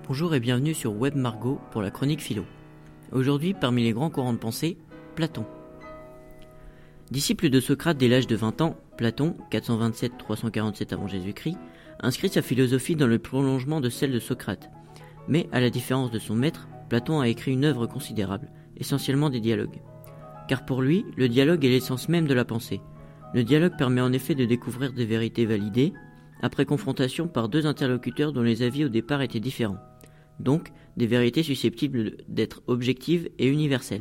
Bonjour et bienvenue sur Web Margot pour la chronique philo. Aujourd'hui, parmi les grands courants de pensée, Platon. Disciple de Socrate dès l'âge de 20 ans, Platon, 427-347 avant Jésus-Christ, inscrit sa philosophie dans le prolongement de celle de Socrate. Mais, à la différence de son maître, Platon a écrit une œuvre considérable, essentiellement des dialogues. Car pour lui, le dialogue est l'essence même de la pensée. Le dialogue permet en effet de découvrir des vérités validées, après confrontation par deux interlocuteurs dont les avis au départ étaient différents. Donc, des vérités susceptibles d'être objectives et universelles.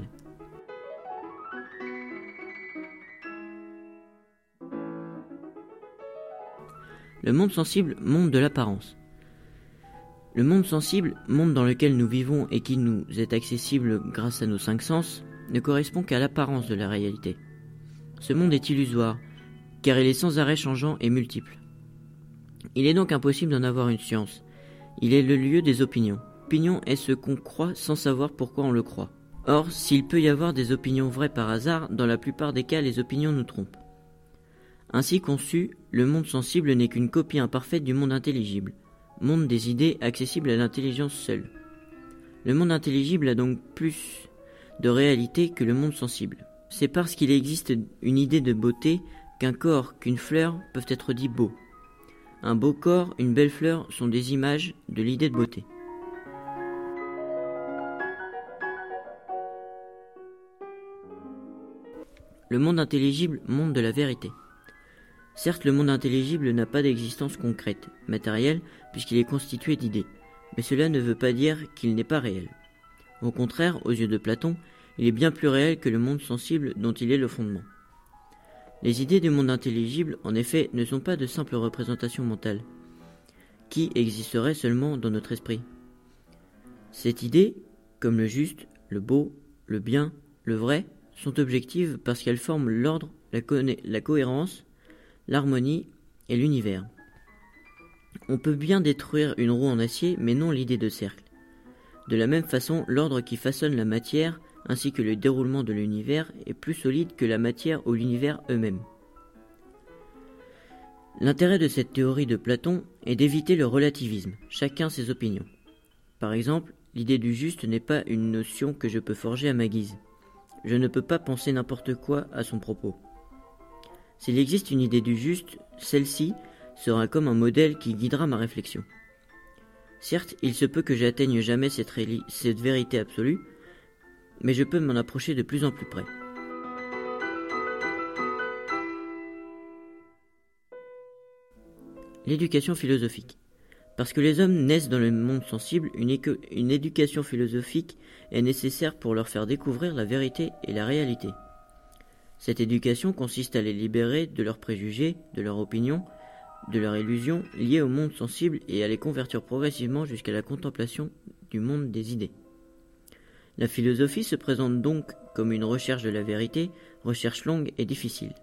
Le monde sensible, monde de l'apparence. Le monde sensible, monde dans lequel nous vivons et qui nous est accessible grâce à nos cinq sens, ne correspond qu'à l'apparence de la réalité. Ce monde est illusoire, car il est sans arrêt changeant et multiple. Il est donc impossible d'en avoir une science. Il est le lieu des opinions. Opinion est ce qu'on croit sans savoir pourquoi on le croit. Or, s'il peut y avoir des opinions vraies par hasard, dans la plupart des cas, les opinions nous trompent. Ainsi conçu, le monde sensible n'est qu'une copie imparfaite du monde intelligible, monde des idées accessible à l'intelligence seule. Le monde intelligible a donc plus de réalité que le monde sensible. C'est parce qu'il existe une idée de beauté qu'un corps, qu'une fleur peuvent être dits beaux. Un beau corps, une belle fleur sont des images de l'idée de beauté. Le monde intelligible, monde de la vérité. Certes, le monde intelligible n'a pas d'existence concrète, matérielle, puisqu'il est constitué d'idées, mais cela ne veut pas dire qu'il n'est pas réel. Au contraire, aux yeux de Platon, il est bien plus réel que le monde sensible dont il est le fondement. Les idées du monde intelligible, en effet, ne sont pas de simples représentations mentales, qui existeraient seulement dans notre esprit. Cette idée, comme le juste, le beau, le bien, le vrai, sont objectives parce qu'elles forment l'ordre, la cohérence, l'harmonie et l'univers. On peut bien détruire une roue en acier, mais non l'idée de cercle. De la même façon, l'ordre qui façonne la matière, ainsi que le déroulement de l'univers, est plus solide que la matière ou l'univers eux-mêmes. L'intérêt de cette théorie de Platon est d'éviter le relativisme, chacun ses opinions. Par exemple, l'idée du juste n'est pas une notion que je peux forger à ma guise. Je ne peux pas penser n'importe quoi à son propos. S'il existe une idée du juste, celle-ci sera comme un modèle qui guidera ma réflexion. Certes, il se peut que j'atteigne jamais cette vérité absolue, mais je peux m'en approcher de plus en plus près. L'éducation philosophique. Parce que les hommes naissent dans le monde sensible, une éducation philosophique est nécessaire pour leur faire découvrir la vérité et la réalité. Cette éducation consiste à les libérer de leurs préjugés, de leurs opinions, de leurs illusions liées au monde sensible et à les convertir progressivement jusqu'à la contemplation du monde des idées. La philosophie se présente donc comme une recherche de la vérité, recherche longue et difficile.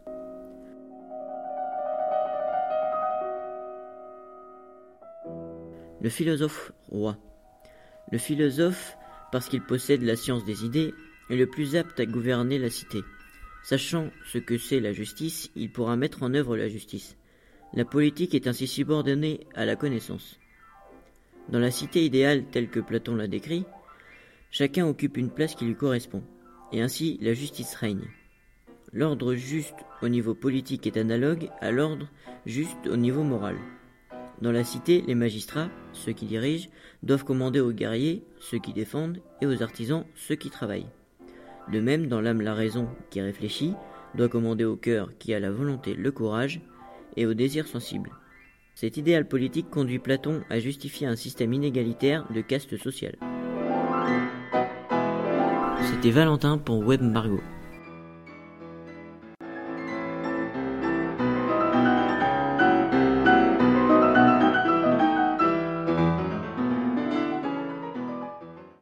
Le philosophe roi. Le philosophe, parce qu'il possède la science des idées, est le plus apte à gouverner la cité. Sachant ce que c'est la justice, il pourra mettre en œuvre la justice. La politique est ainsi subordonnée à la connaissance. Dans la cité idéale telle que Platon l'a décrit, chacun occupe une place qui lui correspond, et ainsi la justice règne. L'ordre juste au niveau politique est analogue à l'ordre juste au niveau moral. Dans la cité, les magistrats, ceux qui dirigent, doivent commander aux guerriers, ceux qui défendent, et aux artisans, ceux qui travaillent. De même, dans l'âme, la raison, qui réfléchit, doit commander au cœur, qui a la volonté, le courage, et au désir sensible. Cet idéal politique conduit Platon à justifier un système inégalitaire de caste sociale. C'était Valentin pour Web Margot.